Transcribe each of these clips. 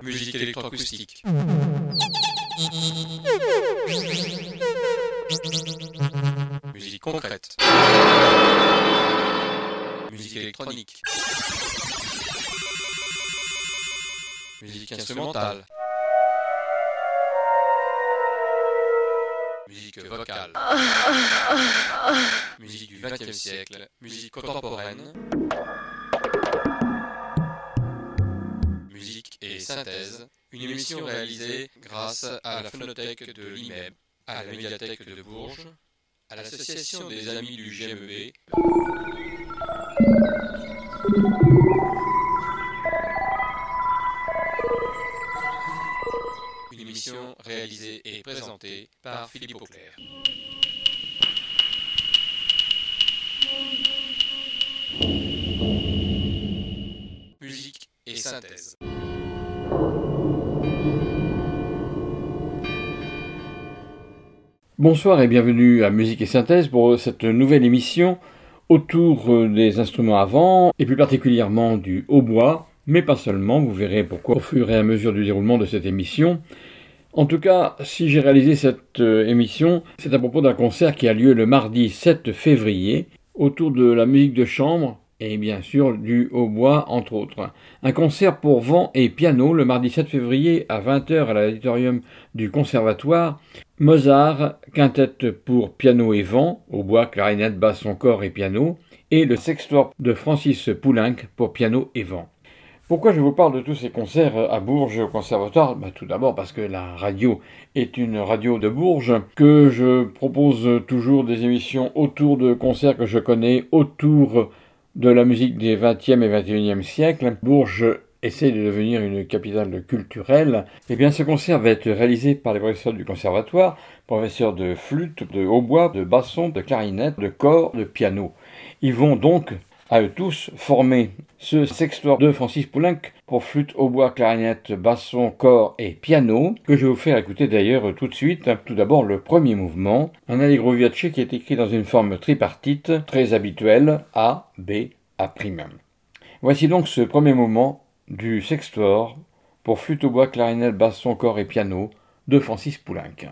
Musique électroacoustique. Musique concrète. Musique électronique. Musique instrumentale. Musique vocale. Musique du XXe siècle. Musique contemporaine. Musique et synthèse. Une émission réalisée grâce à la phonothèque de l'IMEB, à la médiathèque de Bourges, à l'association des amis du GMEB. Une émission réalisée et présentée par Philippe Auclair. Musique et synthèse. Bonsoir et bienvenue à Musique et Synthèse pour cette nouvelle émission autour des instruments à vent et plus particulièrement du hautbois, mais pas seulement, vous verrez pourquoi au fur et à mesure du déroulement de cette émission. En tout cas, si j'ai réalisé cette émission, c'est à propos d'un concert qui a lieu le mardi 7 février autour de la musique de chambre et bien sûr du hautbois entre autres. Un concert pour vent et piano le mardi 7 février à 20h à l'auditorium du Conservatoire. Mozart, quintette pour piano et vent, hautbois, clarinette, basson, corps et piano, et le sextoire de Francis Poulenc pour piano et vent. Pourquoi je vous parle de tous ces concerts à Bourges au Conservatoire ? Tout d'abord parce que la radio est une radio de Bourges, que je propose toujours des émissions autour de concerts que je connais, autour de la musique des 20e et 21e siècles. Bourges essaie de devenir une capitale culturelle. Eh bien, ce concert va être réalisé par les professeurs du conservatoire, professeurs de flûte, de hautbois, de basson, de clarinette, de corps, de piano. Ils vont donc, à eux tous, former ce sextoire de Francis Poulenc pour flûte, hautbois, clarinette, basson, corps et piano, que je vais vous faire écouter d'ailleurs tout de suite. Tout d'abord, le premier mouvement, un allegro vivace qui est écrit dans une forme tripartite, très habituelle, A, B, A'. Voici donc ce premier mouvement du sextoire pour flûte, hautbois, clarinette, basson, corps et piano de Francis Poulenc.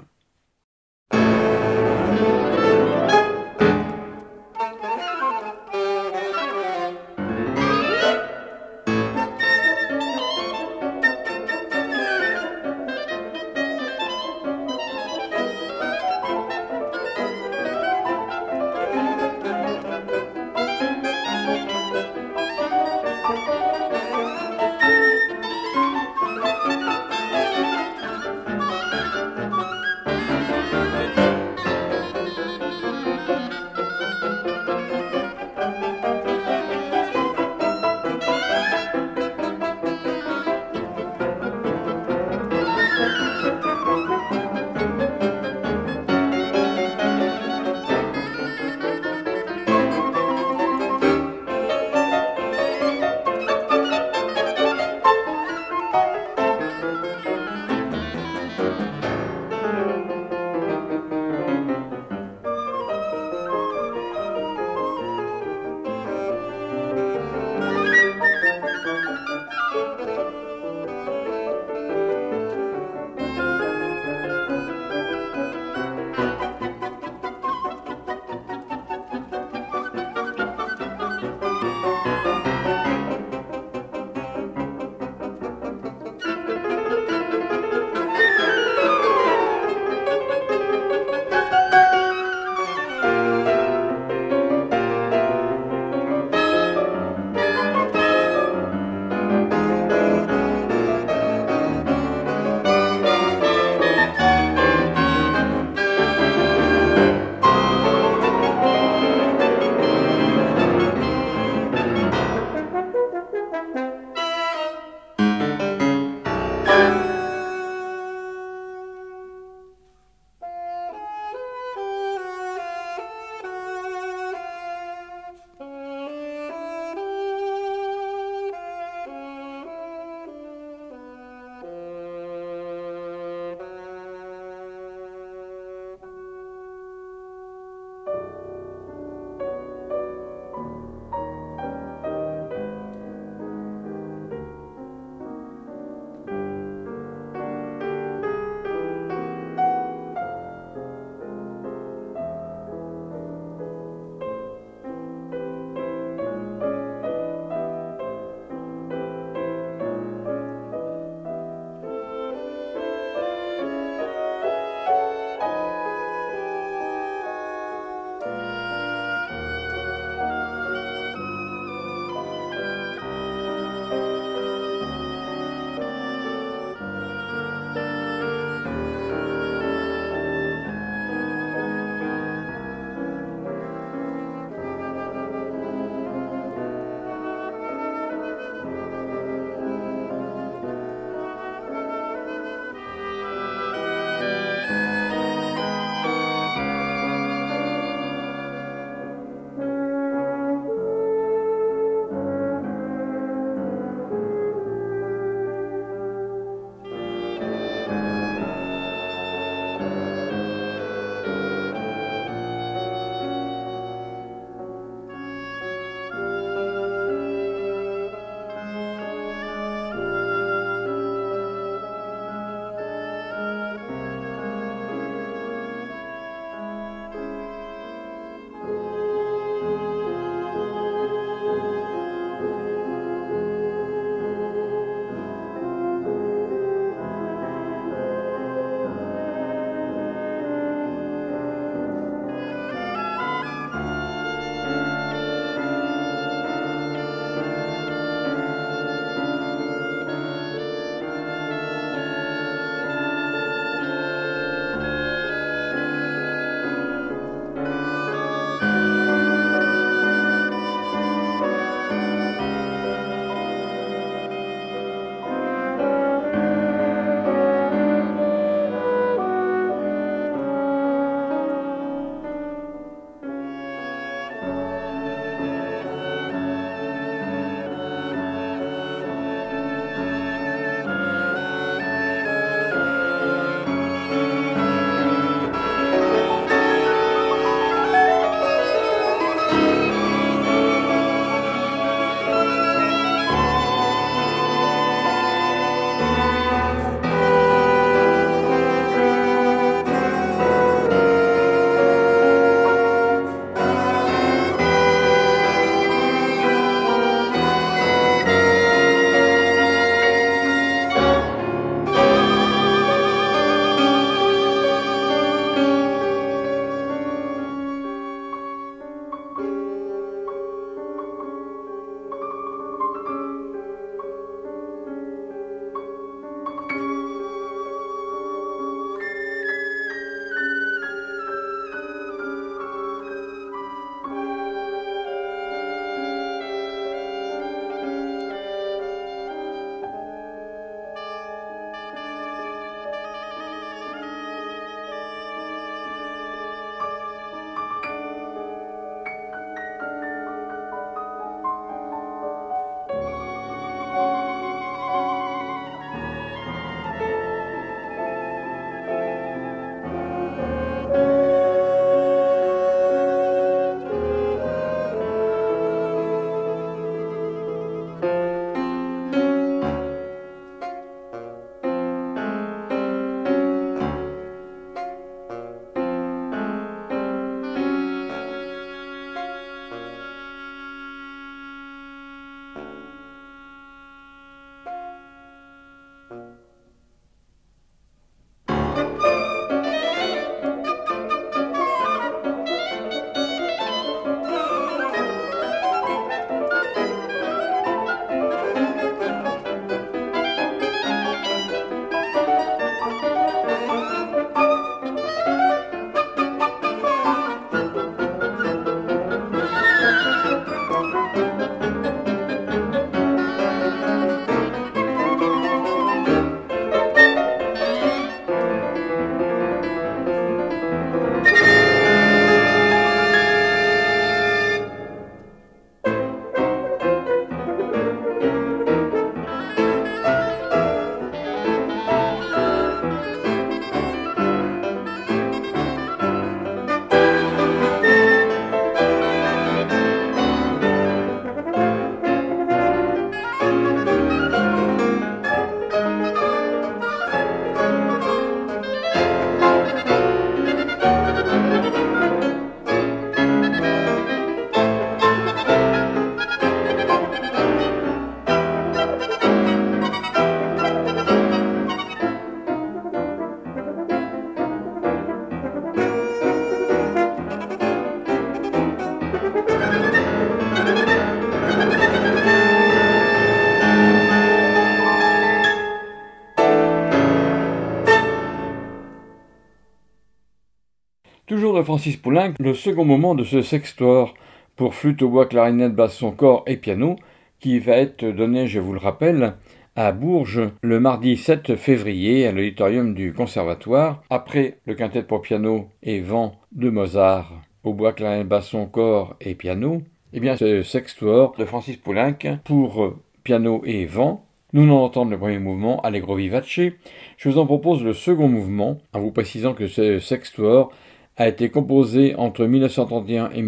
Francis Poulenc, le second mouvement de ce sextoire pour flûte au bois, clarinette, basson, cor et piano, qui va être donné, je vous le rappelle, à Bourges le mardi 7 février à l'auditorium du Conservatoire, après le quintet pour piano et vent de Mozart au bois, clarinette, basson, cor et piano. Eh bien, ce sextoire de Francis Poulenc pour piano et vent. Nous venons d'entendre le premier mouvement, Allegro vivace. Je vous en propose le second mouvement, en vous précisant que ce sextoire a été composé entre 1931 et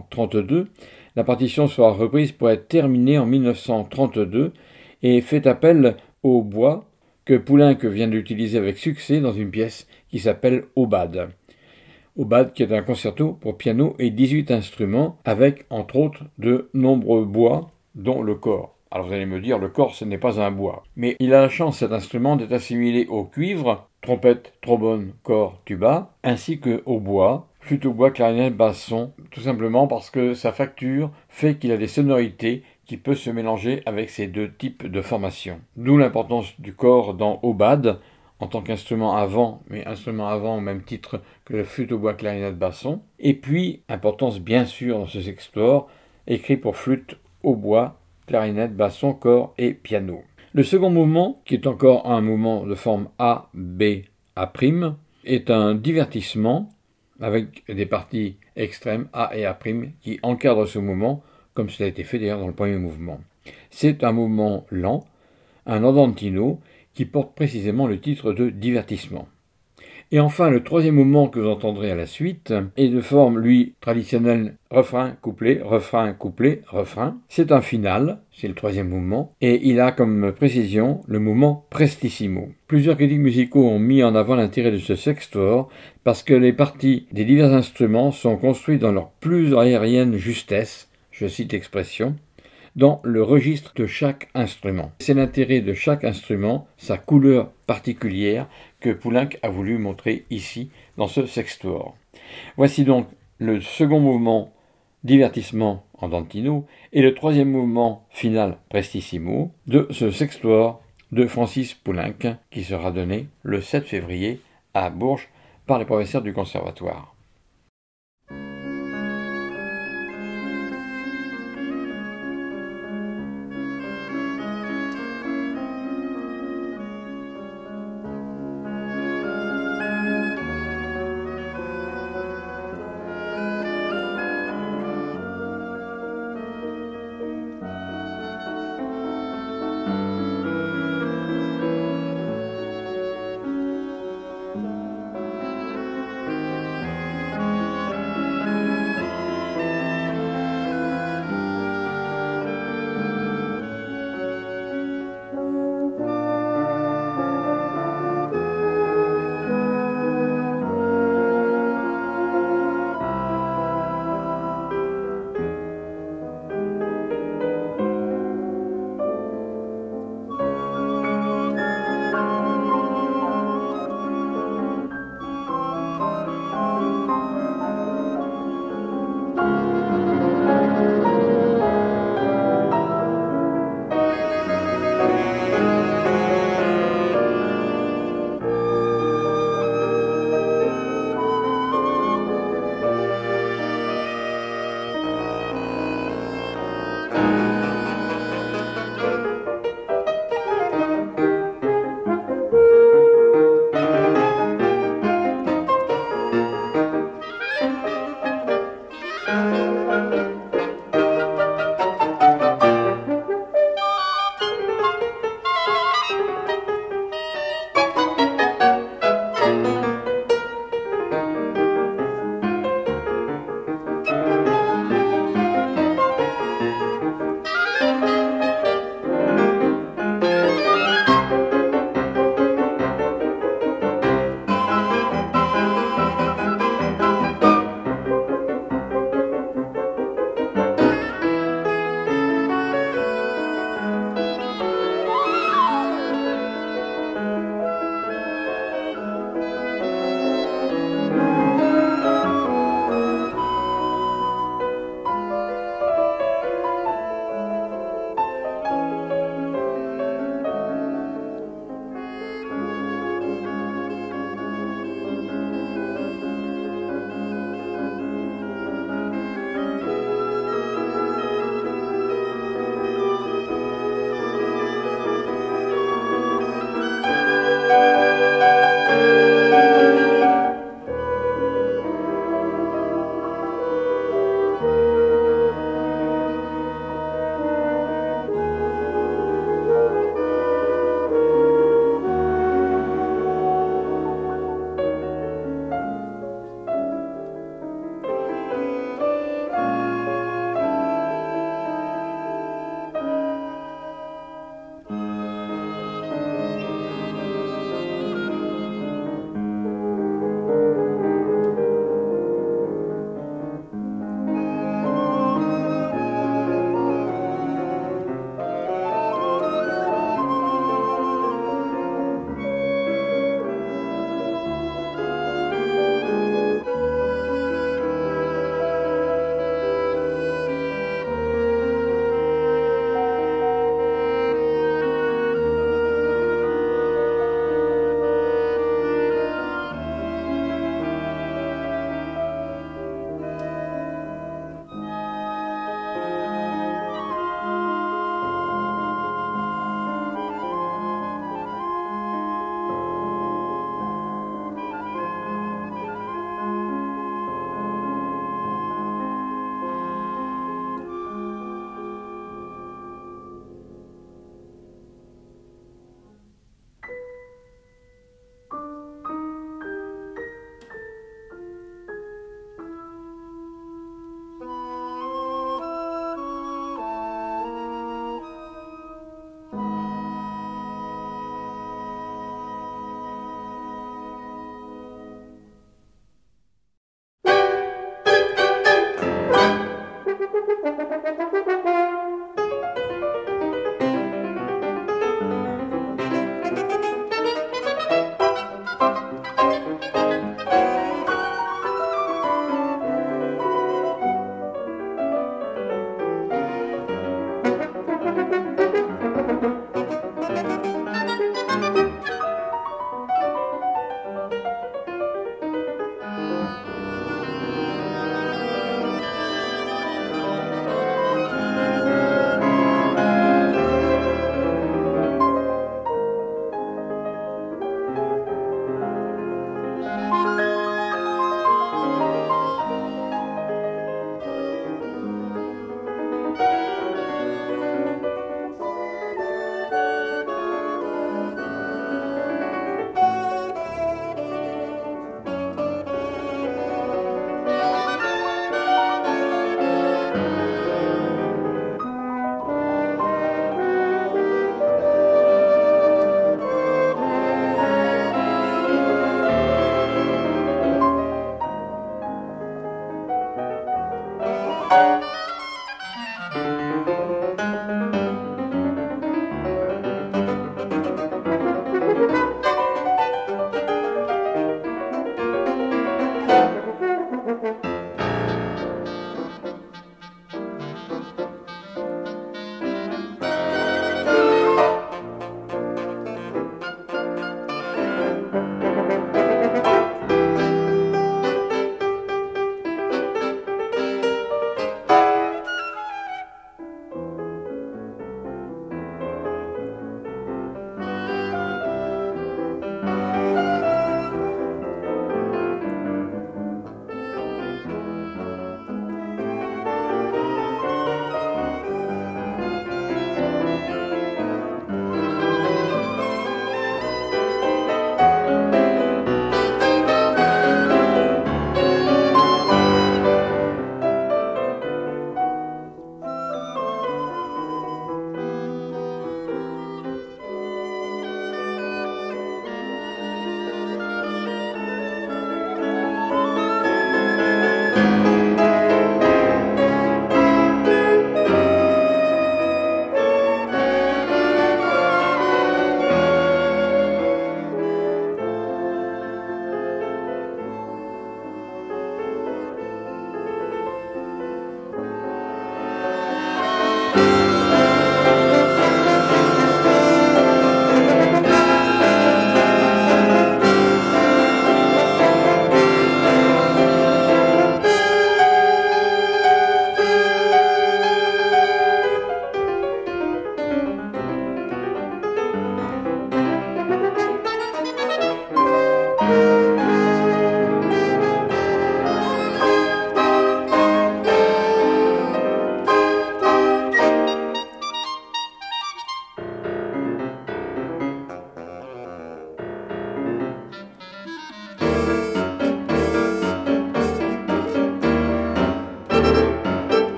1932. La partition sera reprise pour être terminée en 1932 et fait appel au bois que Poulenc vient d'utiliser avec succès dans une pièce qui s'appelle Aubade. Aubade qui est un concerto pour piano et 18 instruments avec entre autres de nombreux bois dont le cor. Alors vous allez me dire, le cor ce n'est pas un bois. Mais il a la chance cet instrument d'être assimilé au cuivre, trompette, trombone, cor, tuba, ainsi que au bois, flûte au bois, clarinette, basson, tout simplement parce que sa facture fait qu'il a des sonorités qui peuvent se mélanger avec ces deux types de formations. D'où l'importance du cor dans Aubade, en tant qu'instrument à vent, mais instrument à vent au même titre que le flûte au bois, clarinette, basson. Et puis, importance bien sûr dans ce sextoire, écrit pour flûte au bois, clarinette, basson, cor et piano. Le second mouvement, qui est encore un mouvement de forme A, B, A', est un divertissement avec des parties extrêmes A et A' qui encadrent ce mouvement, comme cela a été fait d'ailleurs dans le premier mouvement. C'est un mouvement lent, un andantino, qui porte précisément le titre de divertissement. Et enfin, le troisième mouvement que vous entendrez à la suite est de forme, lui, traditionnelle refrain, couplet, refrain, couplet, refrain. C'est un final, c'est le troisième mouvement, et il a comme précision le mouvement prestissimo. Plusieurs critiques musicaux ont mis en avant l'intérêt de ce sextoire parce que les parties des divers instruments sont construites dans leur plus aérienne justesse, je cite l'expression, dans le registre de chaque instrument. C'est l'intérêt de chaque instrument, sa couleur particulière, que Poulenc a voulu montrer ici, dans ce sextoire. Voici donc le second mouvement, divertissement andantino, et le troisième mouvement final, prestissimo, de ce sextoire de Francis Poulenc, qui sera donné le 7 février à Bourges par les professeurs du Conservatoire.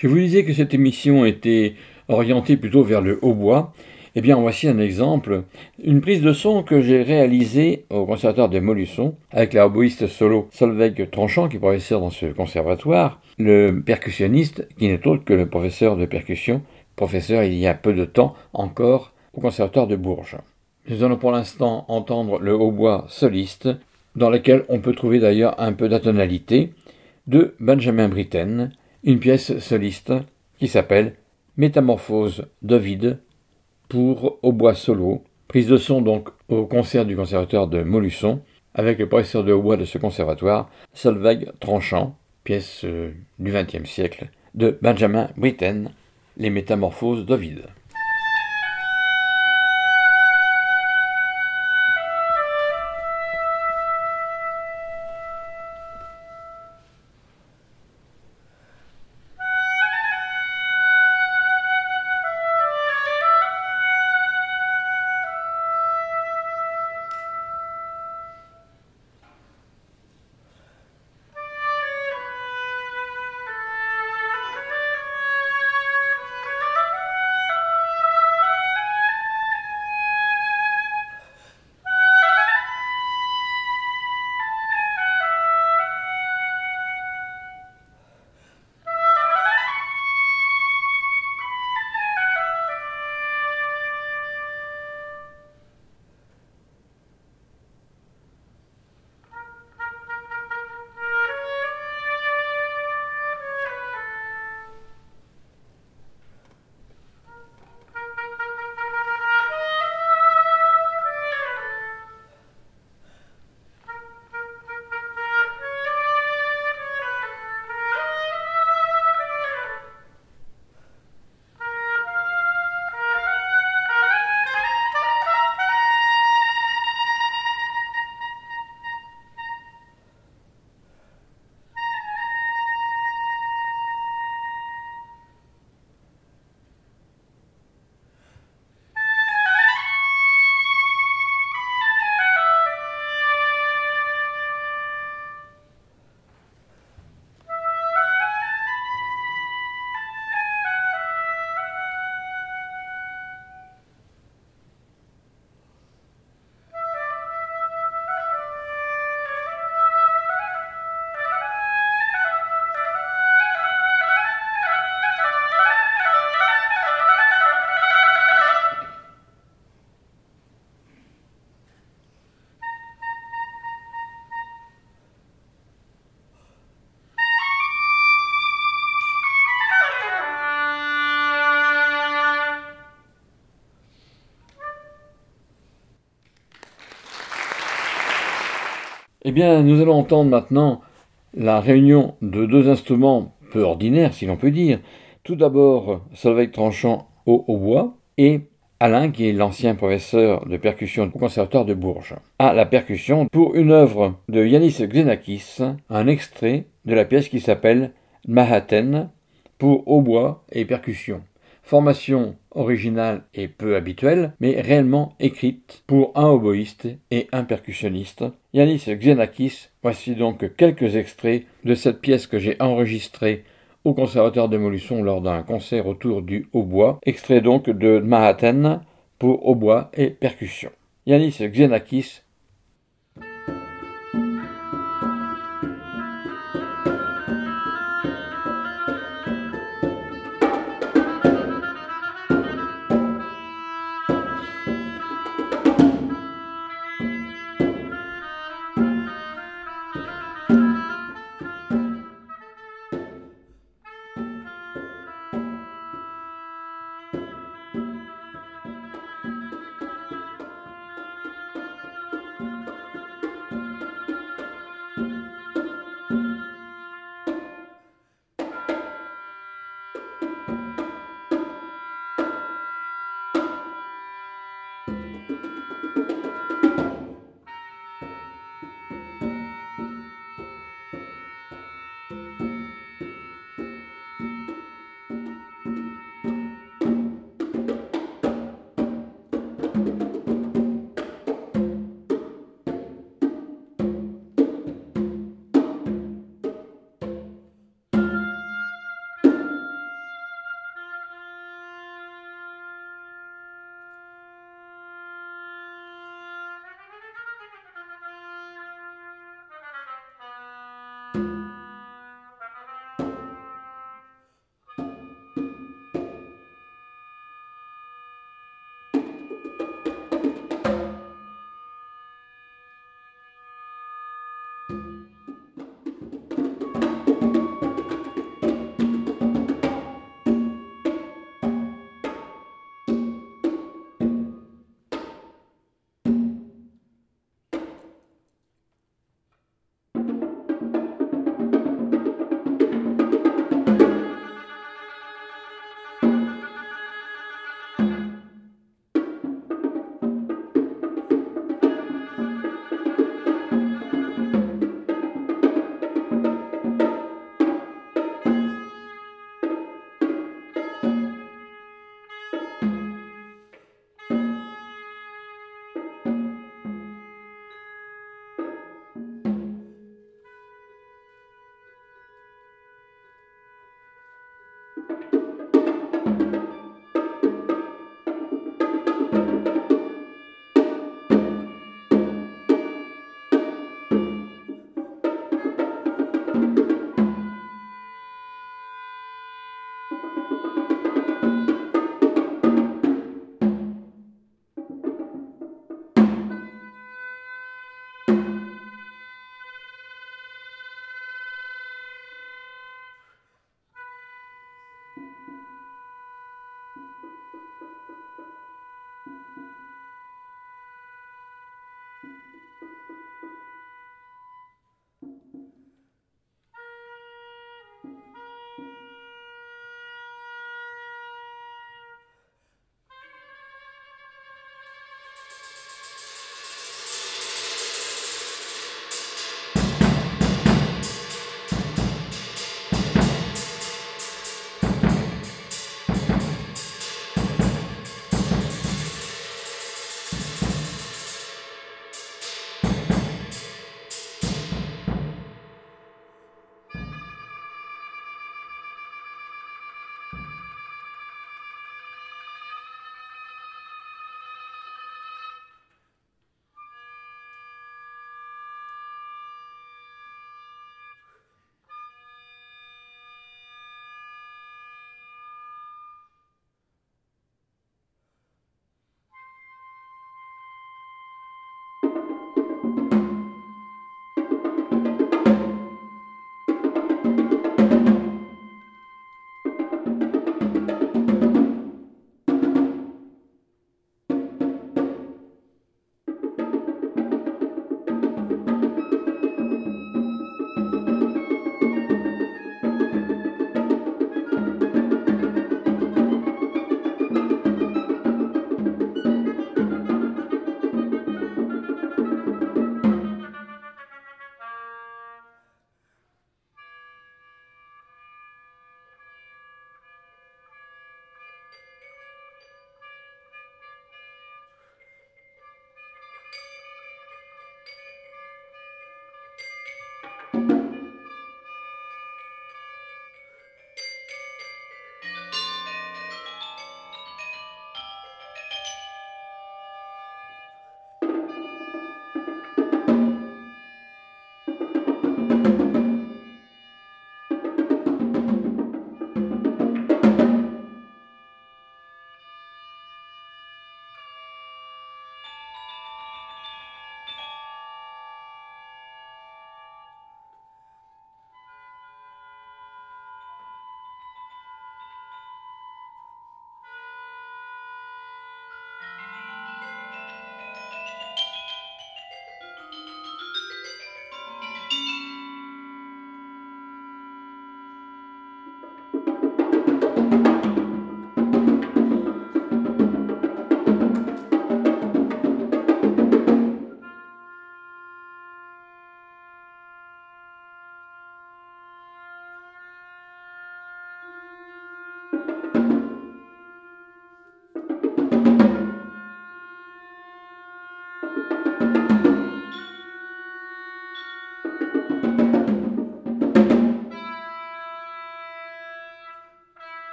Je vous disais que cette émission était orientée plutôt vers le hautbois. Eh bien, voici un exemple, une prise de son que j'ai réalisée au conservatoire de Montluçon avec la oboïste solo Solveig Tranchant, qui est professeur dans ce conservatoire, le percussionniste, qui n'est autre que le professeur de percussion, professeur il y a peu de temps encore au conservatoire de Bourges. Nous allons pour l'instant entendre le hautbois soliste, dans lequel on peut trouver d'ailleurs un peu d'atonalité, de Benjamin Britten, une pièce soliste qui s'appelle Métamorphose d'Ovide pour hautbois solo, prise de son donc au concert du conservatoire de Montluçon, avec le professeur de hautbois de ce conservatoire, Solveig Tranchant, pièce du XXe siècle, de Benjamin Britten, Les Métamorphoses d'Ovide. Eh bien, nous allons entendre maintenant la réunion de deux instruments peu ordinaires, si l'on peut dire. Tout d'abord, Solveig Tranchant au hautbois et Alain, qui est l'ancien professeur de percussion au conservatoire de Bourges, à la percussion pour une œuvre de Yanis Xenakis, un extrait de la pièce qui s'appelle Mahaten pour hautbois et percussion. Formation originale et peu habituelle, mais réellement écrite pour un oboïste et un percussionniste. Yanis Xenakis, voici donc quelques extraits de cette pièce que j'ai enregistrée au conservatoire de Montluçon lors d'un concert autour du hautbois, extrait donc de Mahaten pour hautbois et percussion. Yanis Xenakis.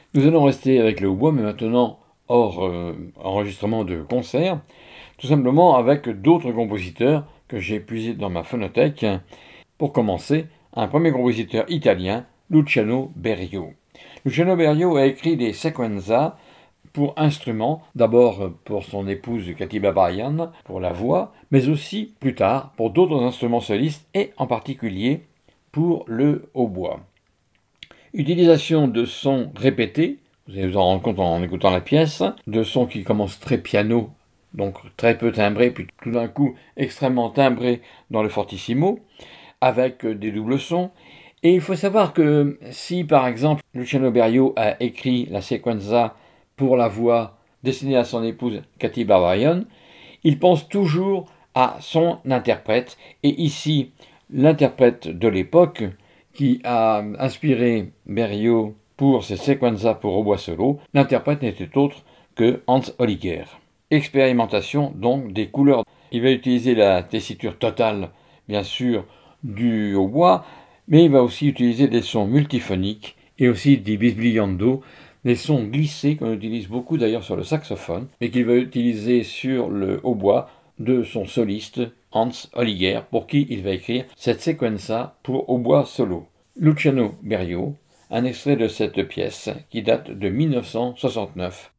Nous allons rester avec le hautbois, mais maintenant hors enregistrement de concert, tout simplement avec d'autres compositeurs que j'ai puisés dans ma phonothèque. Pour commencer, un premier compositeur italien, Luciano Berio. Luciano Berio a écrit des sequenzas pour instruments, d'abord pour son épouse Katy Barbarian, pour la voix, mais aussi plus tard pour d'autres instruments solistes et en particulier pour le hautbois. Utilisation de sons répétés, vous allez vous en rendre compte en écoutant la pièce, de sons qui commencent très piano, donc très peu timbrés, puis tout d'un coup extrêmement timbrés dans le fortissimo, avec des doubles sons. Et il faut savoir que si par exemple Luciano Berio a écrit la sequenza pour la voix destinée à son épouse Katy Barbarian, il pense toujours à son interprète. Et ici, l'interprète de l'époque qui a inspiré Berio pour ses sequenzas pour hautbois solo, l'interprète n'était autre que Hans Holliger. Expérimentation donc des couleurs. Il va utiliser la tessiture totale, bien sûr, du hautbois, mais il va aussi utiliser des sons multiphoniques et aussi des bisbigliando, des sons glissés qu'on utilise beaucoup d'ailleurs sur le saxophone, mais qu'il va utiliser sur le hautbois de son soliste Hans Holliger, pour qui il va écrire cette sequenza pour hautbois solo. Luciano Berio, un extrait de cette pièce qui date de 1969.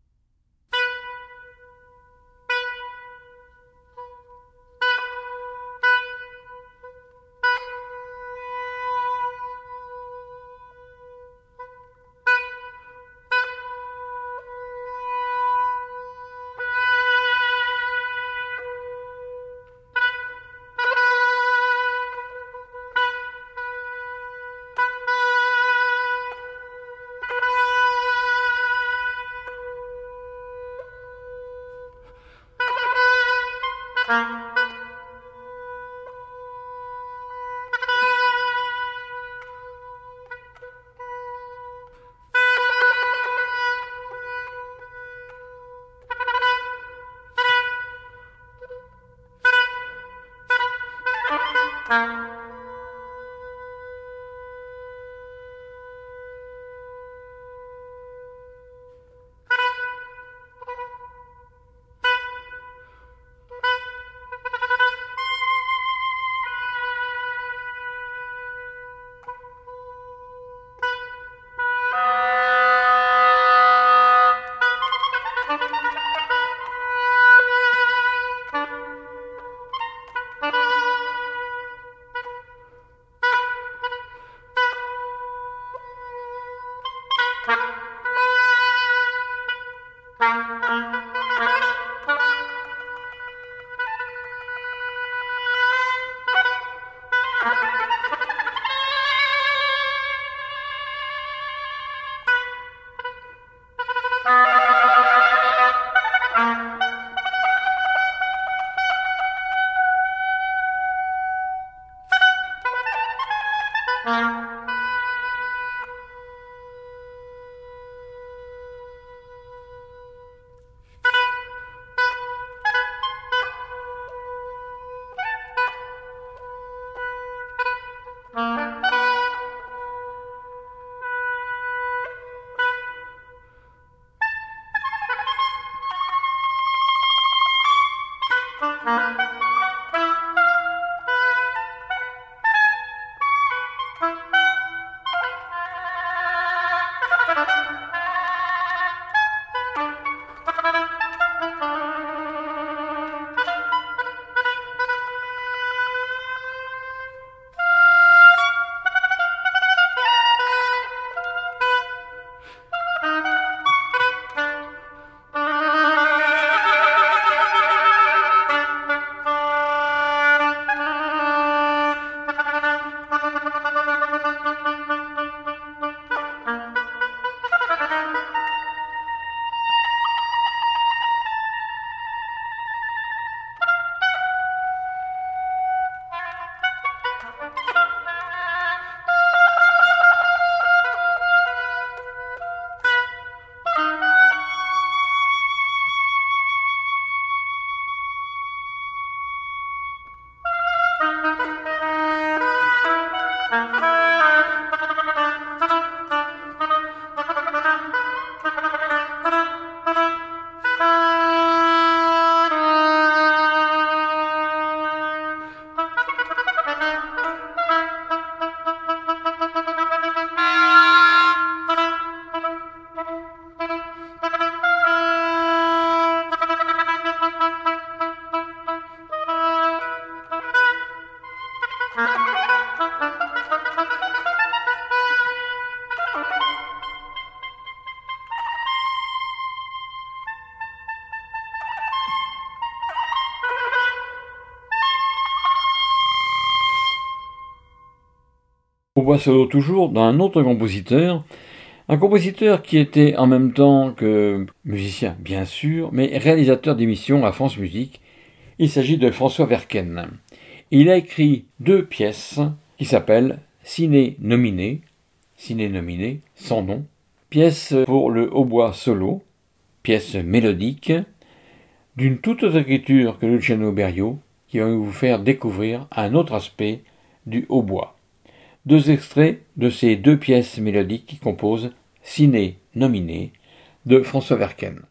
hautbois solo toujours, d'un autre compositeur. Un compositeur qui était en même temps que musicien, bien sûr, mais réalisateur d'émissions à France Musique. Il s'agit de François Vercaine. Il a écrit 2 pièces qui s'appellent Ciné nominé, sans nom, pièce pour le hautbois solo, pièce mélodique, d'une toute autre écriture que Luciano Berio, qui va vous faire découvrir un autre aspect du hautbois. 2 extraits de ces 2 pièces mélodiques qui composent Ciné nominé de François Vercaine.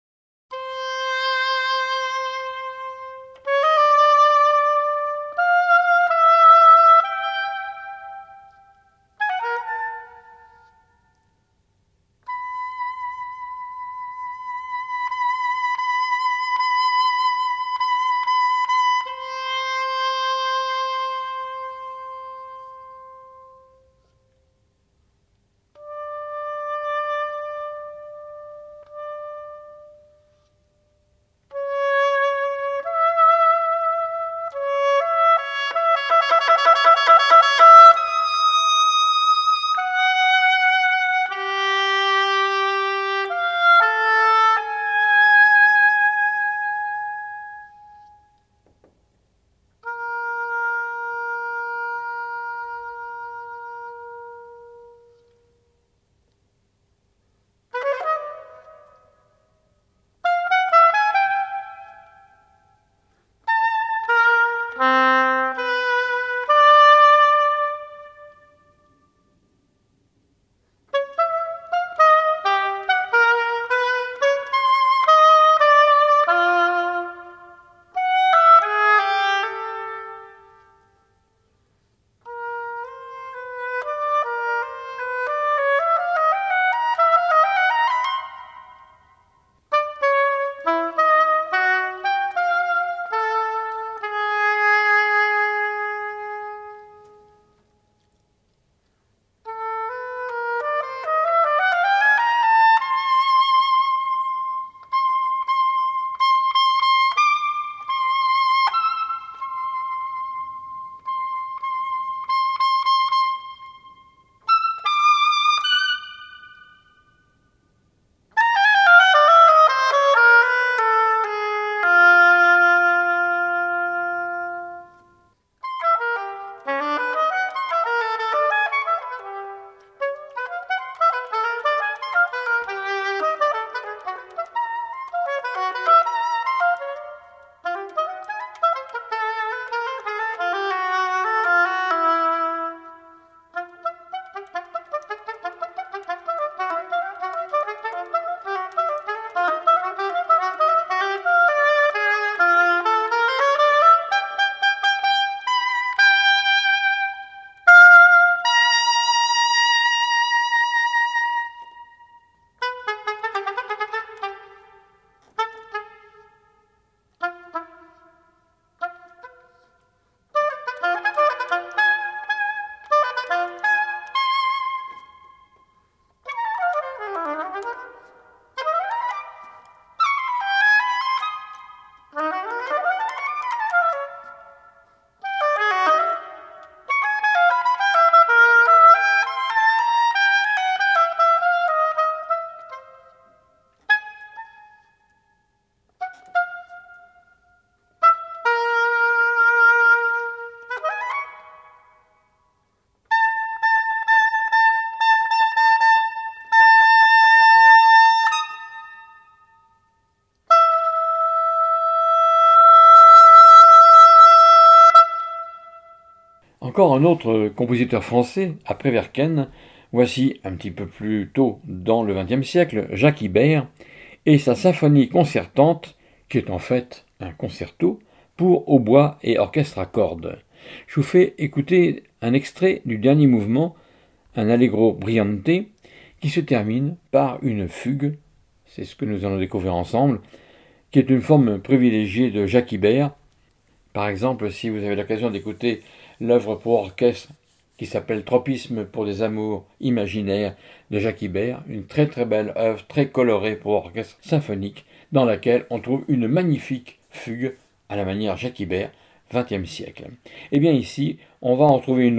Encore un autre compositeur français, après Vercaine, voici un petit peu plus tôt dans le XXe siècle, Jacques Ibert, et sa symphonie concertante, qui est en fait un concerto, pour hautbois et orchestre à cordes. Je vous fais écouter un extrait du dernier mouvement, un allegro brillante, qui se termine par une fugue, c'est ce que nous allons découvrir ensemble, qui est une forme privilégiée de Jacques Ibert. Par exemple, si vous avez l'occasion d'écouter l'œuvre pour orchestre qui s'appelle Tropisme pour des amours imaginaires de Jacques Ibert, une très très belle œuvre, très colorée pour orchestre symphonique, dans laquelle on trouve une magnifique fugue à la manière Jacques Ibert, XXe siècle. Et bien ici, on va en trouver une autre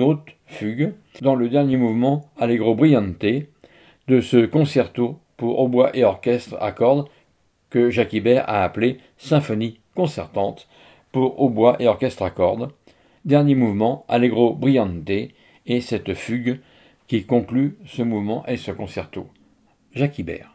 fugue dans le dernier mouvement Allegro brillante de ce concerto pour hautbois et orchestre à cordes que Jacques Ibert a appelé symphonie concertante pour hautbois et orchestre à cordes. Dernier mouvement Allegro brillante et cette fugue qui conclut ce mouvement et ce concerto. Jacques Ibert.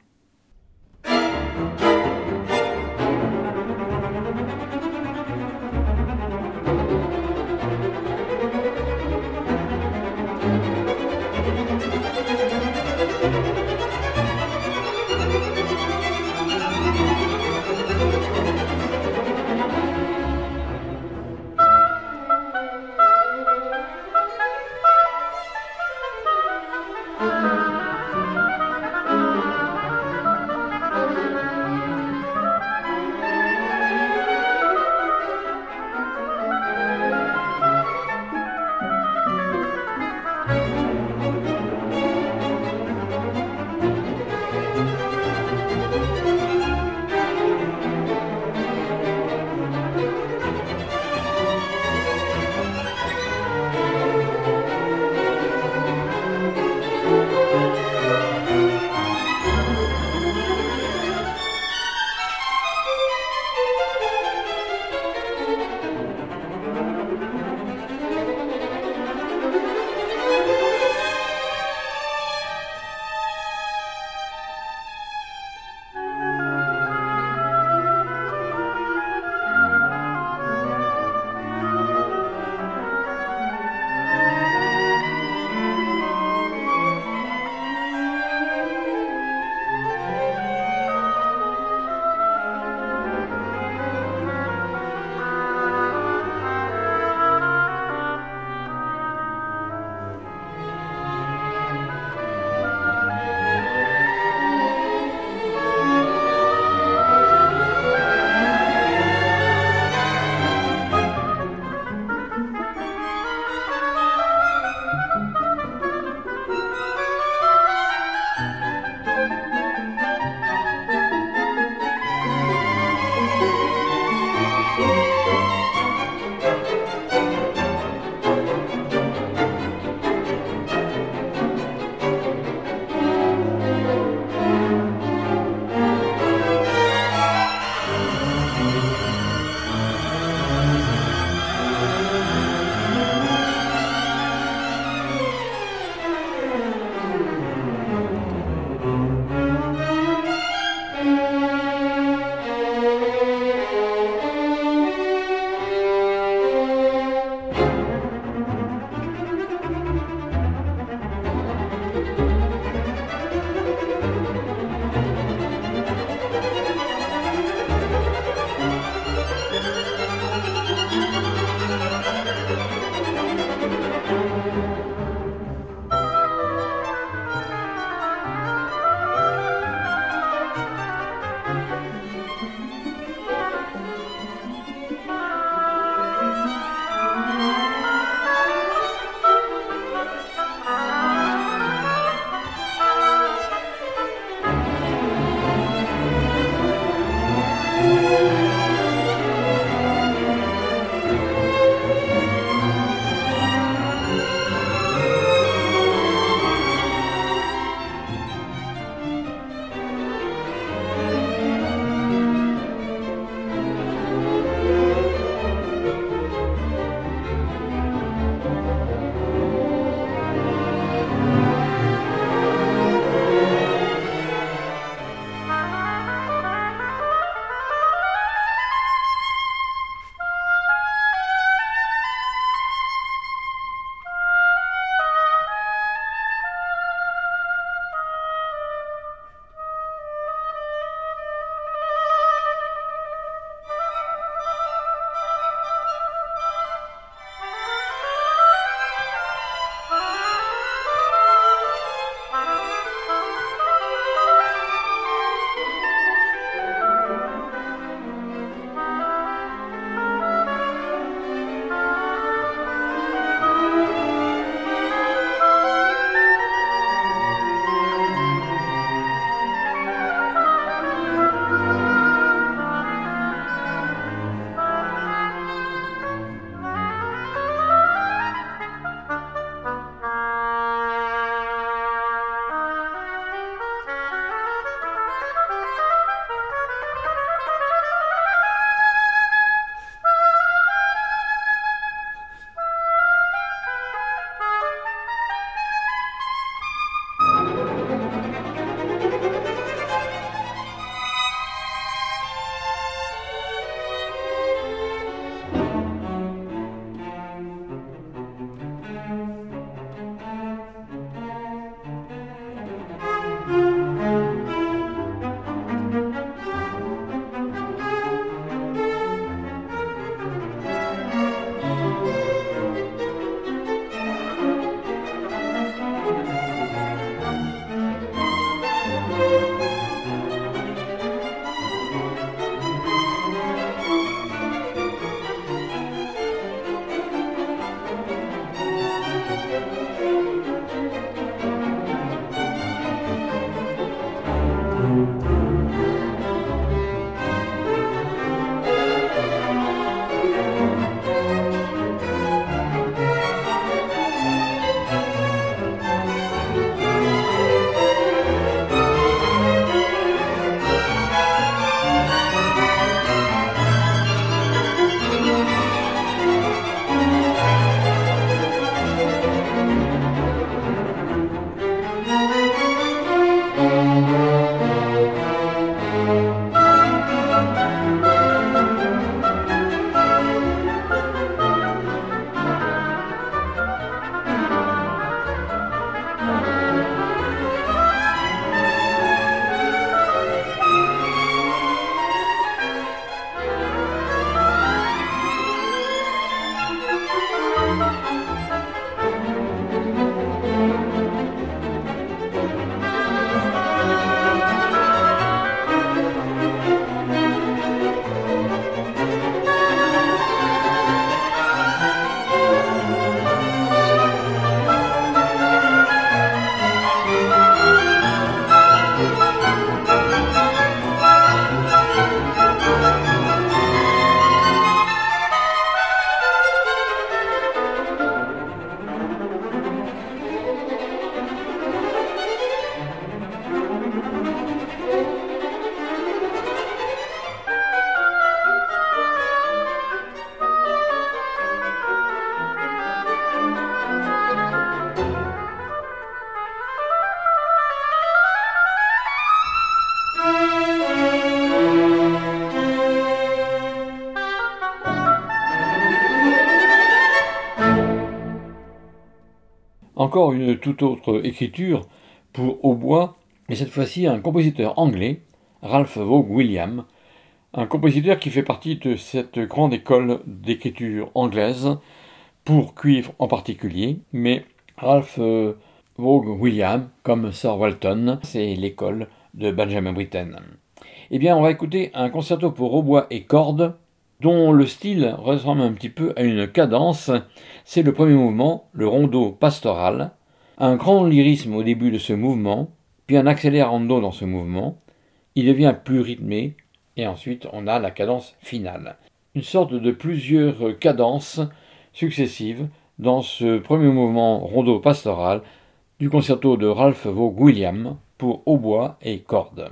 encore une toute autre écriture pour hautbois, et cette fois-ci un compositeur anglais, Ralph Vaughan Williams, un compositeur qui fait partie de cette grande école d'écriture anglaise, pour cuivre en particulier, mais Ralph Vaughan Williams, comme Sir Walton, c'est l'école de Benjamin Britten. Eh bien, on va écouter un concerto pour hautbois et cordes, dont le style ressemble un petit peu à une cadence. C'est le premier mouvement, le rondo pastoral, un grand lyrisme au début de ce mouvement, puis un accélérando dans ce mouvement. Il devient plus rythmé, et ensuite on a la cadence finale. Une sorte de plusieurs cadences successives dans ce premier mouvement rondo pastoral du concerto de Ralph Vaughan Williams pour hautbois et cordes.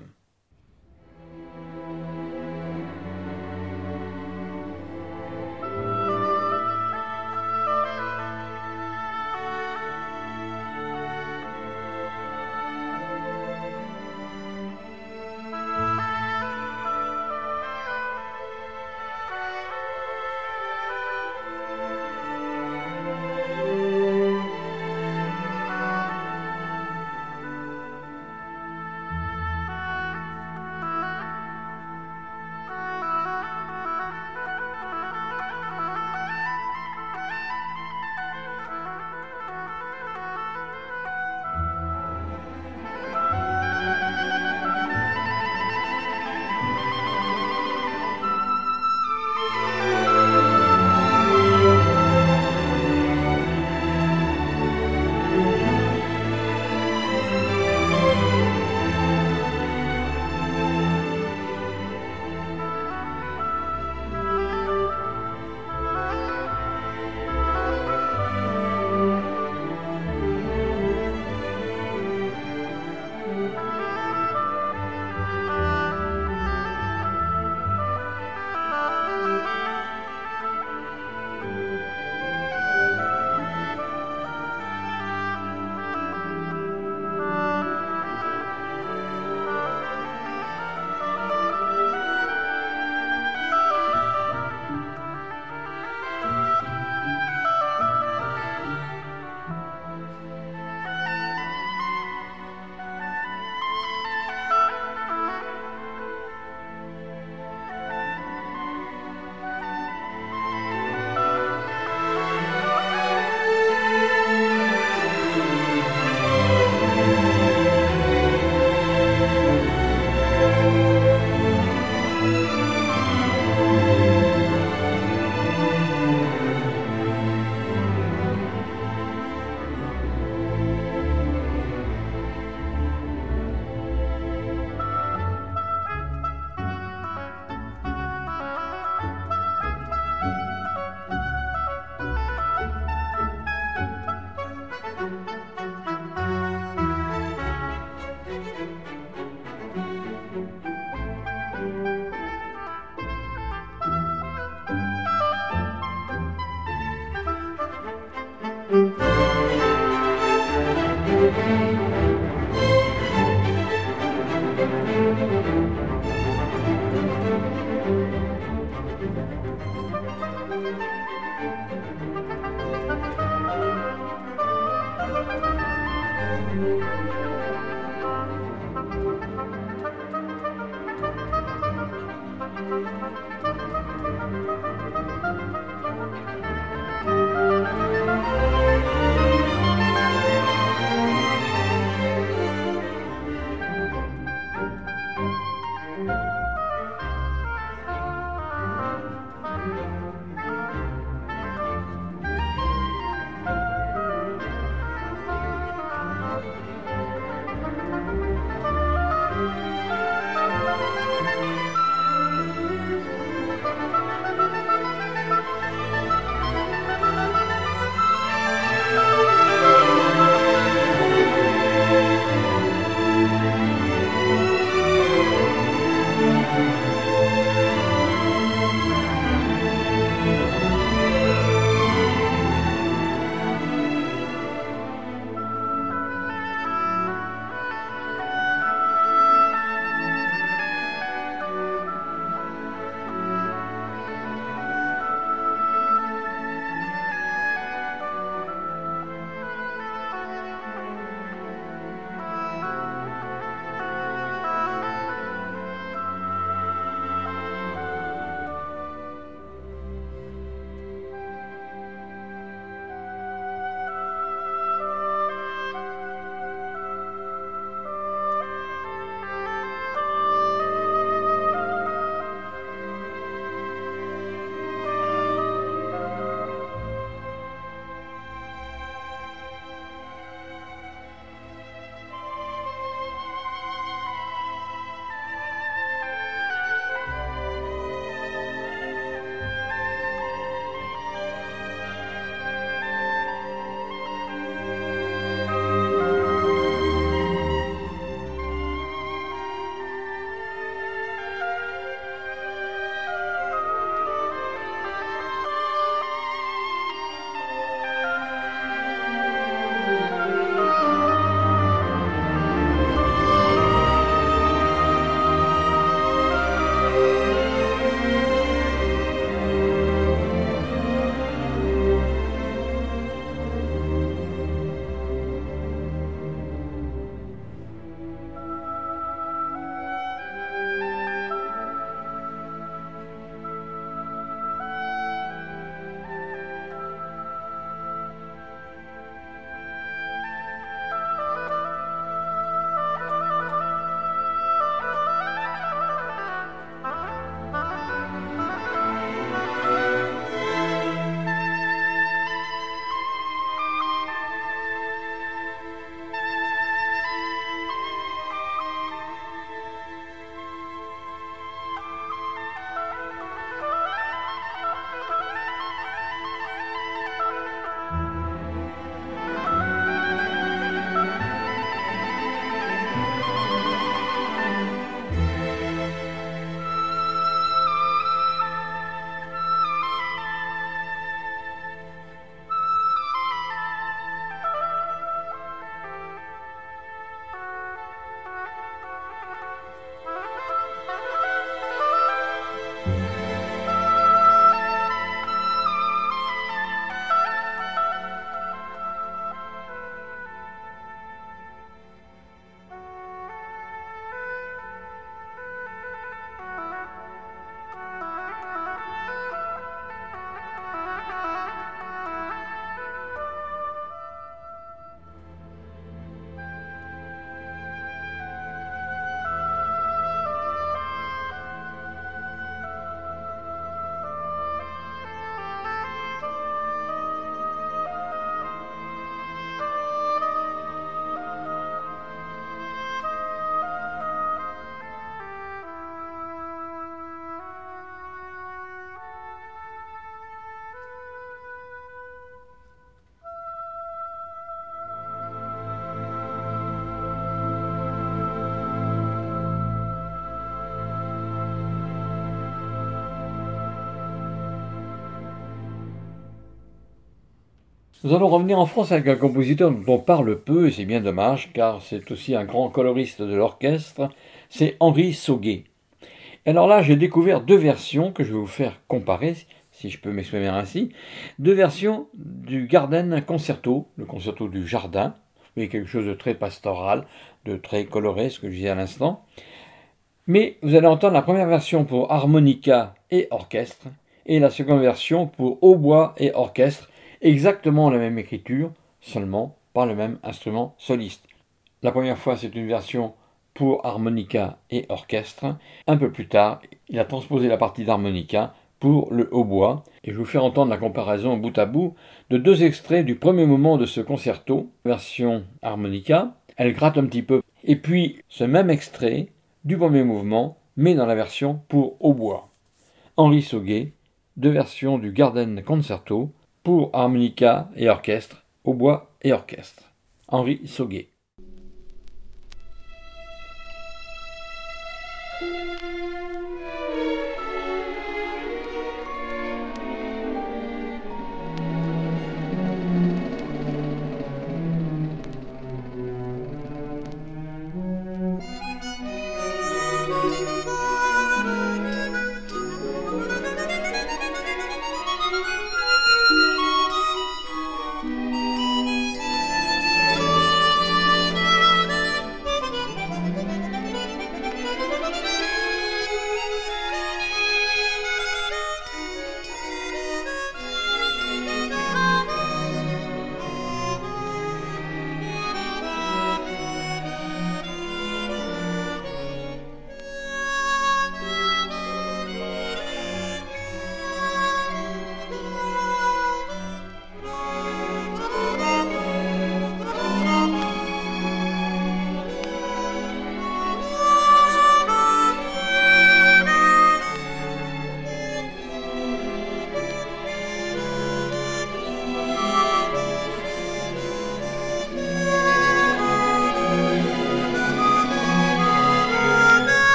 Nous allons revenir en France avec un compositeur dont on parle peu, et c'est bien dommage, car c'est aussi un grand coloriste de l'orchestre, c'est Henri Sauguet. Alors là, j'ai découvert deux versions que je vais vous faire comparer, si je peux m'exprimer ainsi. Deux versions du Garden Concerto, le concerto du jardin, mais quelque chose de très pastoral, de très coloré, ce que je disais à l'instant. Mais vous allez entendre la première version pour harmonica et orchestre, et la seconde version pour hautbois et orchestre, exactement la même écriture, seulement pas le même instrument soliste. La première fois, c'est une version pour harmonica et orchestre. Un peu plus tard, il a transposé la partie d'harmonica pour le hautbois, et je vais vous faire entendre la comparaison bout à bout de deux extraits du premier mouvement de ce concerto, version harmonica. Elle gratte un petit peu. Et puis, ce même extrait du premier mouvement, mais dans la version pour hautbois. Henri Sauguet, deux versions du Garden Concerto pour harmonica et orchestre, hautbois et orchestre. Henri Sauguet.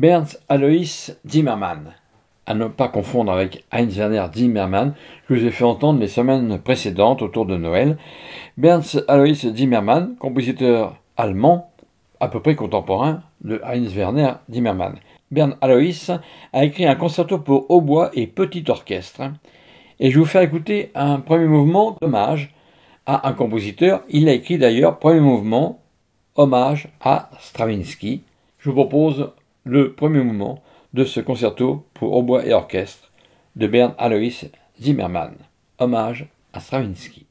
Berndt Alois Zimmermann, à ne pas confondre avec Heinz Werner Zimmermann, que je vous ai fait entendre les semaines précédentes autour de Noël. Berndt Alois Zimmermann, compositeur allemand, à peu près contemporain de Heinz Werner Zimmermann. Berndt Alois a écrit un concerto pour hautbois et petit orchestre. Et je vais vous faire écouter un premier mouvement d'hommage à un compositeur. Il a écrit d'ailleurs, premier mouvement, hommage à Stravinsky. Je vous propose le premier mouvement de ce concerto pour hautbois et orchestre de Berndt Alois Zimmermann, hommage à Stravinsky.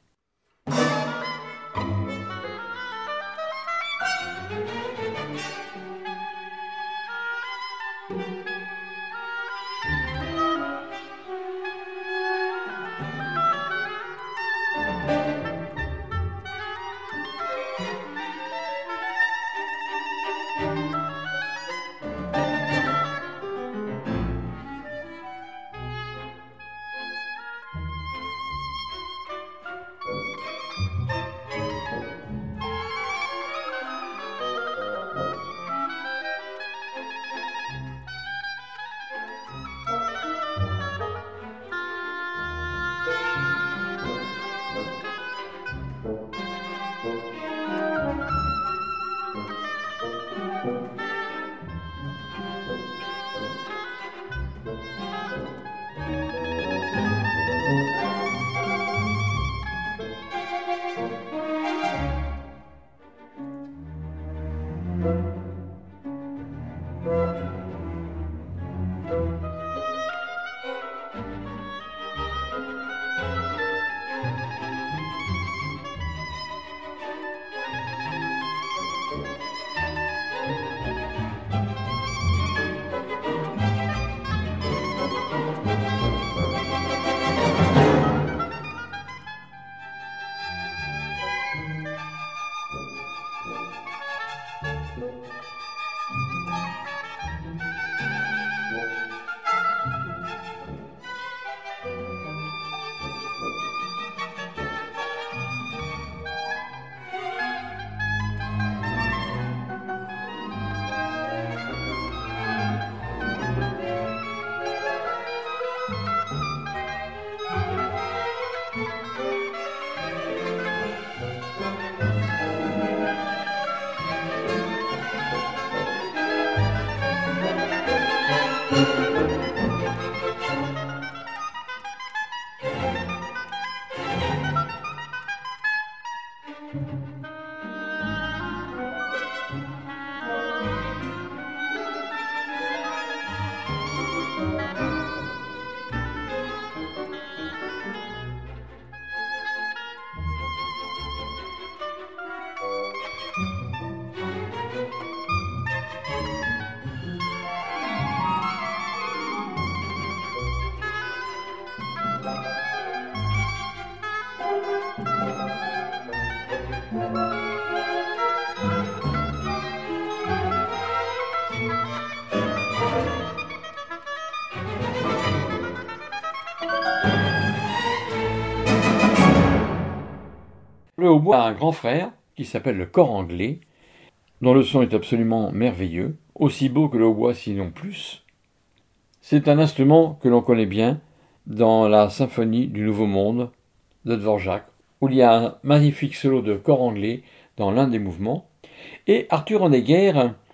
Le hautbois a un grand frère qui s'appelle le cor anglais, dont le son est absolument merveilleux, aussi beau que le hautbois sinon plus. C'est un instrument que l'on connaît bien dans la symphonie du Nouveau Monde de Dvorak, où il y a un magnifique solo de cor anglais dans l'un des mouvements. Et Arthur Honegger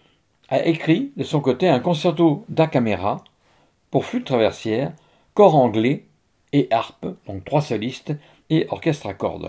a écrit de son côté un concerto da camera pour flûte traversière, cor anglais et harpe, donc 3 solistes et orchestre à cordes.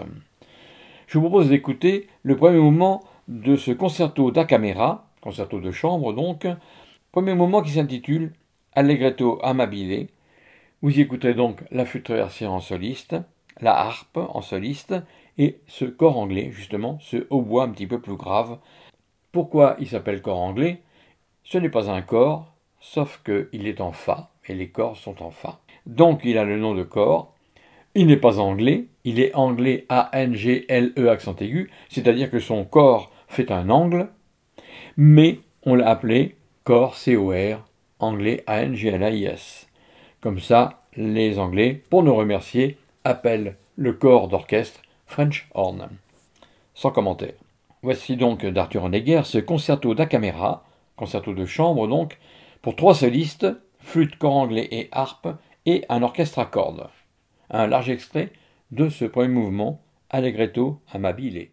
Je vous propose d'écouter le premier mouvement de ce concerto da camera, concerto de chambre donc, premier mouvement qui s'intitule Allegretto amabile. Vous y écouterez donc la flûte traversière en soliste, la harpe en soliste et ce cor anglais, justement, ce hautbois un petit peu plus grave. Pourquoi il s'appelle cor anglais? Ce n'est pas un cor, sauf qu'il est en fa, et les corps sont en fa. Donc il a le nom de cor. Il n'est pas anglais, il est anglais A-N-G-L-E accent aigu, c'est-à-dire que son corps fait un angle, mais on l'a appelé cor, C-O-R, anglais A-N-G-L-A-I-S. Comme ça, les Anglais, pour nous remercier, appellent le corps d'orchestre French Horn. Sans commentaire. Voici donc d'Arthur Honegger ce concerto da camera, concerto de chambre donc, pour 3 solistes, flûte, cor anglais et harpe, et un orchestre à cordes. Un large extrait de ce premier mouvement, Allegretto amabile.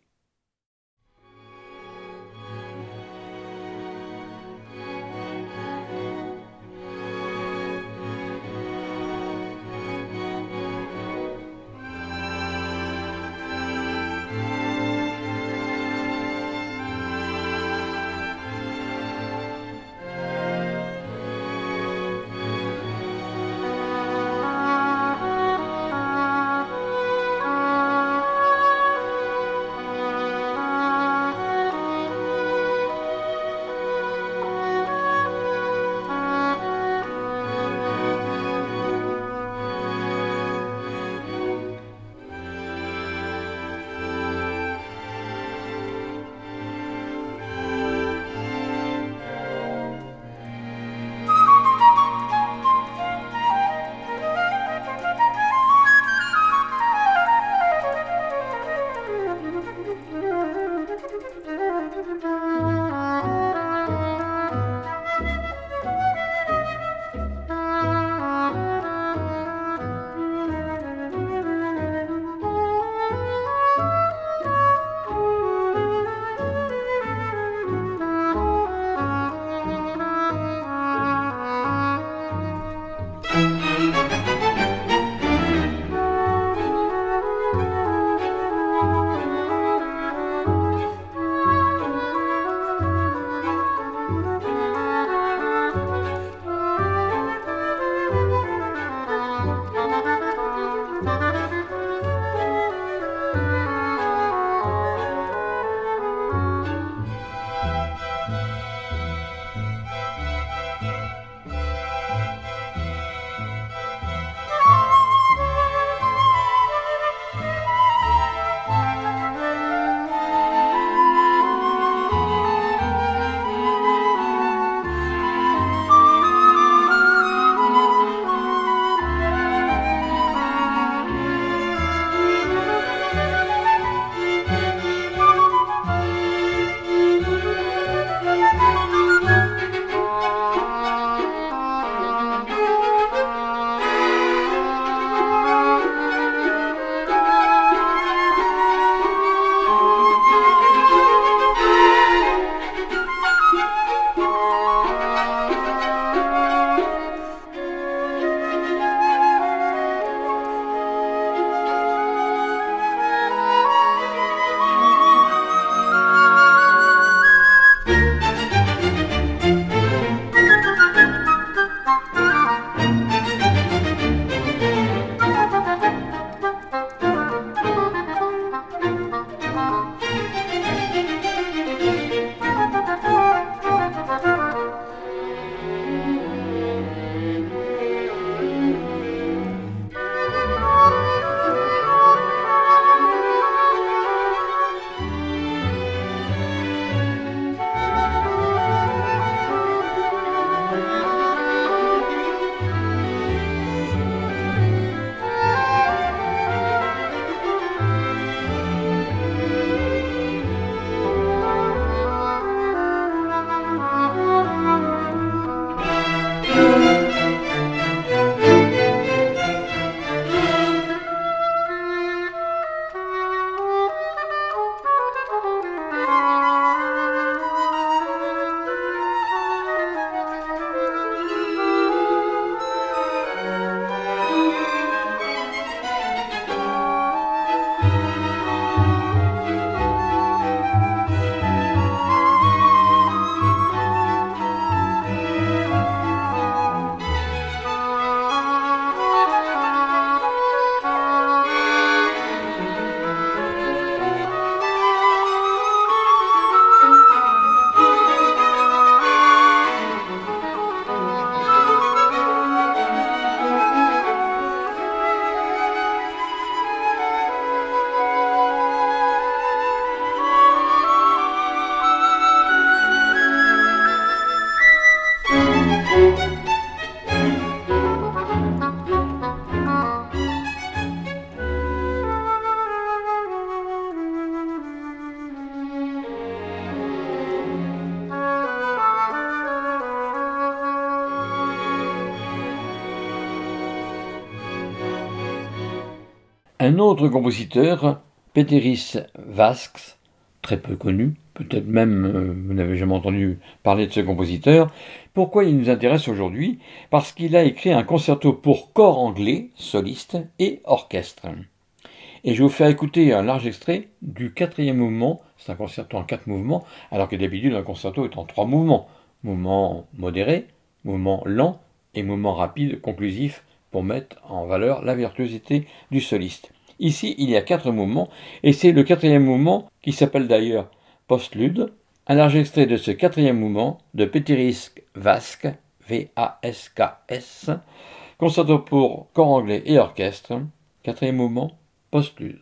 Un autre compositeur, Péteris Vasks, très peu connu, peut-être même vous n'avez jamais entendu parler de ce compositeur. Pourquoi il nous intéresse aujourd'hui? Parce qu'il a écrit un concerto pour corps anglais, soliste et orchestre. Et je vais vous faire écouter un large extrait du 4e mouvement. C'est un concerto en 4 mouvements, alors que d'habitude un concerto est en 3 mouvements. Mouvement modéré, mouvement lent et mouvement rapide, conclusif, pour mettre en valeur la virtuosité du soliste. Ici, il y a 4 mouvements, et c'est le 4e mouvement, qui s'appelle d'ailleurs Postlude, un large extrait de ce 4e mouvement de Péteris Vasks, V-A-S-K-S, concerto pour corps anglais et orchestre, 4e mouvement, Postlude.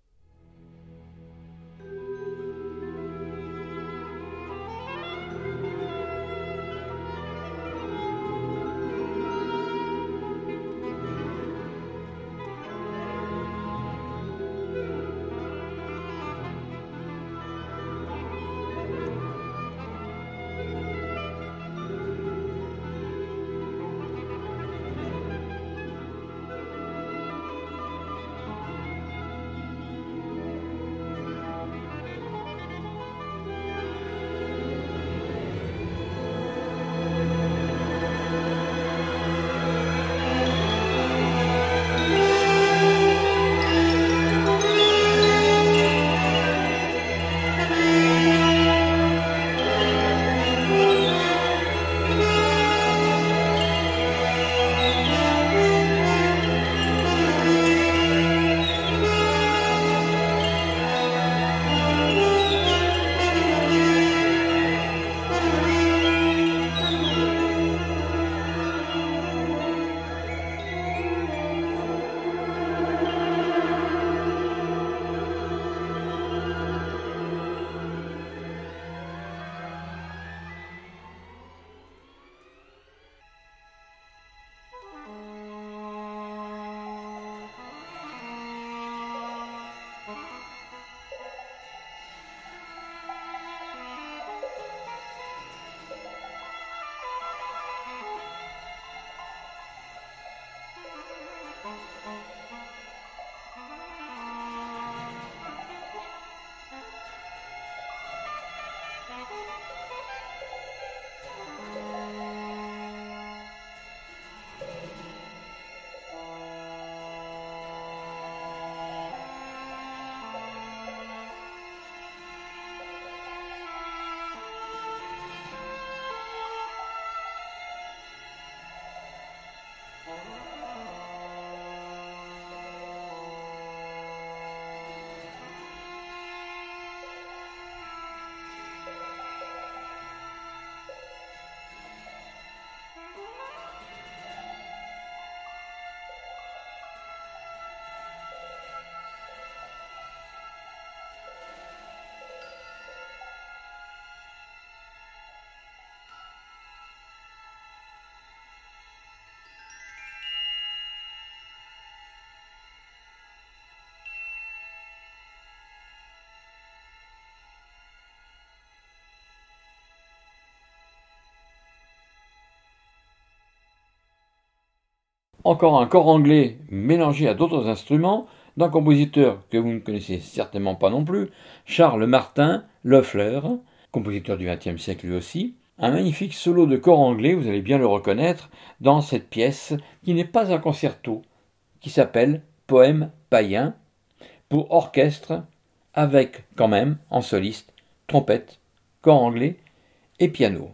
Encore un corps anglais mélangé à d'autres instruments, d'un compositeur que vous ne connaissez certainement pas non plus, Charles Martin Loeffler, compositeur du XXe siècle lui aussi. Un magnifique solo de corps anglais, vous allez bien le reconnaître, dans cette pièce qui n'est pas un concerto, qui s'appelle Poème païen, pour orchestre, avec quand même, en soliste, trompette, corps anglais et piano.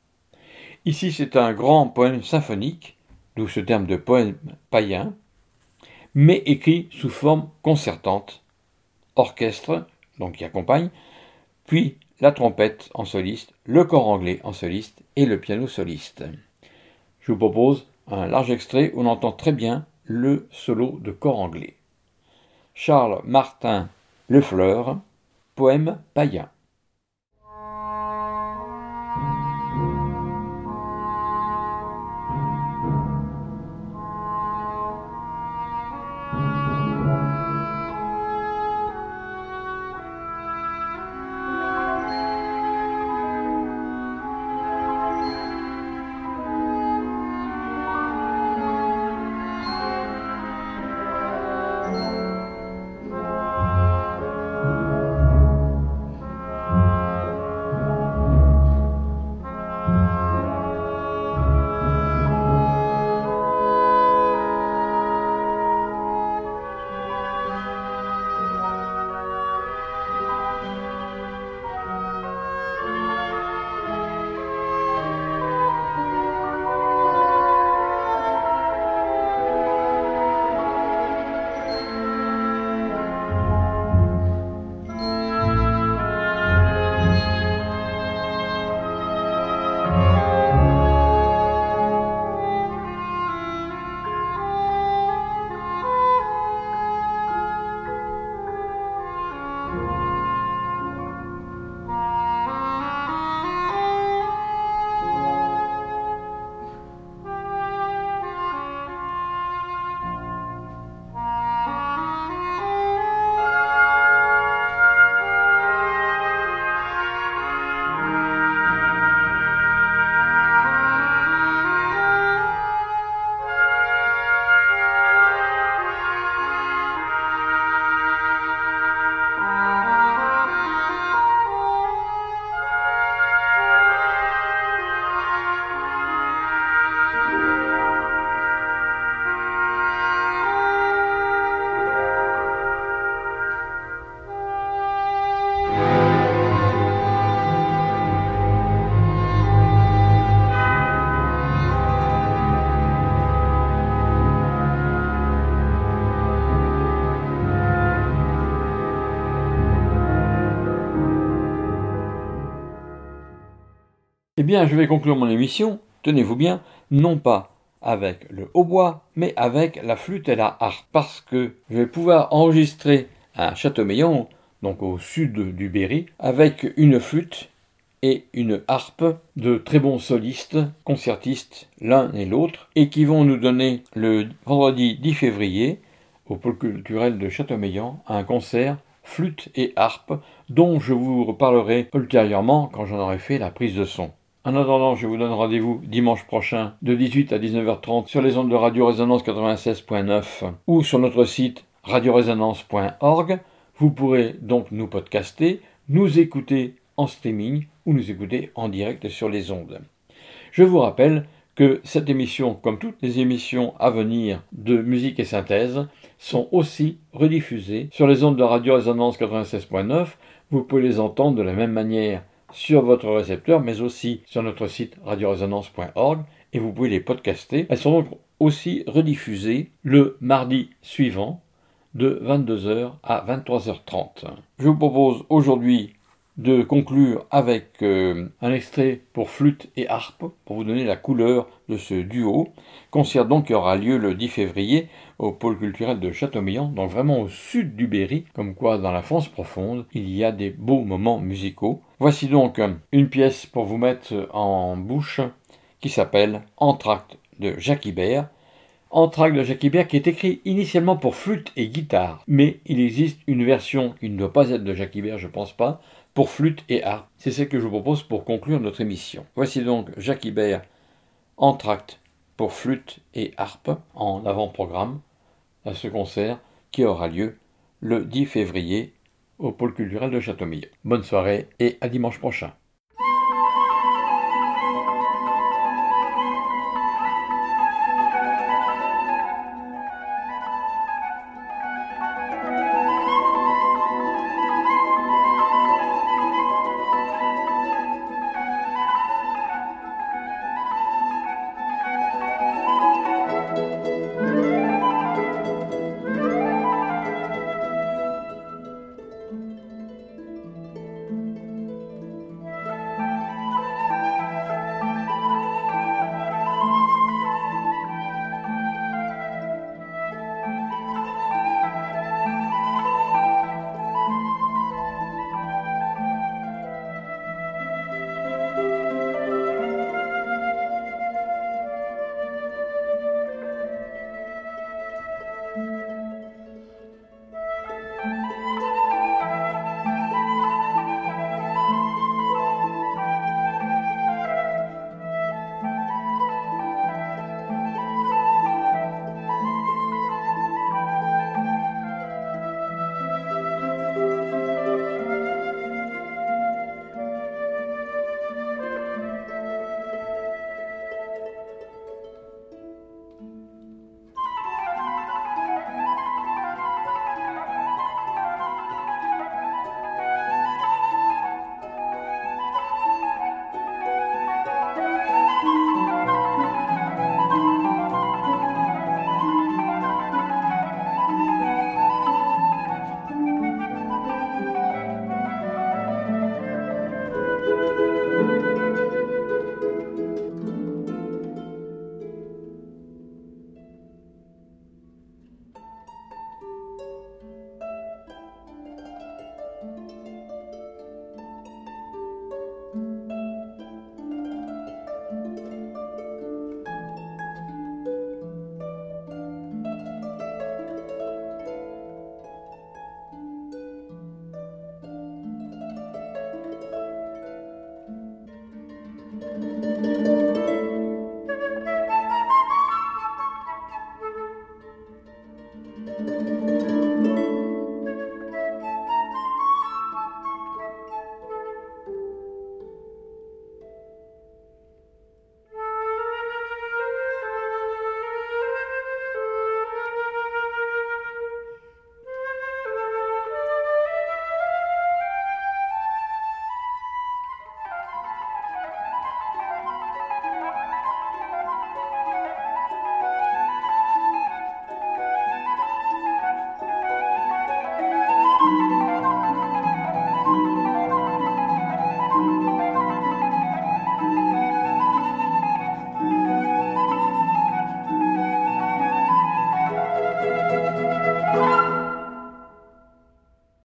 Ici c'est un grand poème symphonique, d'où ce terme de poème païen, mais écrit sous forme concertante, orchestre, donc qui accompagne, puis la trompette en soliste, le corps anglais en soliste et le piano soliste. Je vous propose un large extrait où on entend très bien le solo de corps anglais. Charles Martin Loeffler, poème païen. bien, je vais conclure mon émission, tenez-vous bien, non pas avec le hautbois, mais avec la flûte et la harpe, parce que je vais pouvoir enregistrer à Châteaumeillon, donc au sud du Berry, avec une flûte et une harpe de très bons solistes, concertistes l'un et l'autre, et qui vont nous donner le vendredi 10 février, au pôle culturel de Châteaumeillon, un concert flûte et harpe, dont je vous reparlerai ultérieurement quand j'en aurai fait la prise de son. En attendant, je vous donne rendez-vous dimanche prochain de 18 à 19h30 sur les ondes de Radio Résonance 96.9 ou sur notre site radioresonance.org. Vous pourrez donc nous podcaster, nous écouter en streaming ou nous écouter en direct sur les ondes. Je vous rappelle que cette émission, comme toutes les émissions à venir de musique et synthèse, sont aussi rediffusées sur les ondes de Radio Résonance 96.9. Vous pouvez les entendre de la même manière sur votre récepteur, mais aussi sur notre site radioresonance.org, et vous pouvez les podcaster. Elles sont donc aussi rediffusées le mardi suivant, de 22h à 23h30. Je vous propose aujourd'hui de conclure avec un extrait pour flûte et harpe, pour vous donner la couleur de ce duo. Concert donc qui aura lieu le 10 février au pôle culturel de Châteaumeillon, donc vraiment au sud du Berry, comme quoi dans la France profonde, il y a des beaux moments musicaux. Voici donc une pièce pour vous mettre en bouche qui s'appelle Entr'acte de Jacques Ibert. Entr'acte de Jacques Ibert qui est écrit initialement pour flûte et guitare, mais il existe une version qui ne doit pas être de Jacques Ibert, je pense pas, pour flûte et harpe. C'est ce que je vous propose pour conclure notre émission. Voici donc Jacques Ibert, Entr'acte pour flûte et harpe, en avant-programme à ce concert qui aura lieu le 10 février au pôle culturel de Châteaumeillon. Bonne soirée et à dimanche prochain.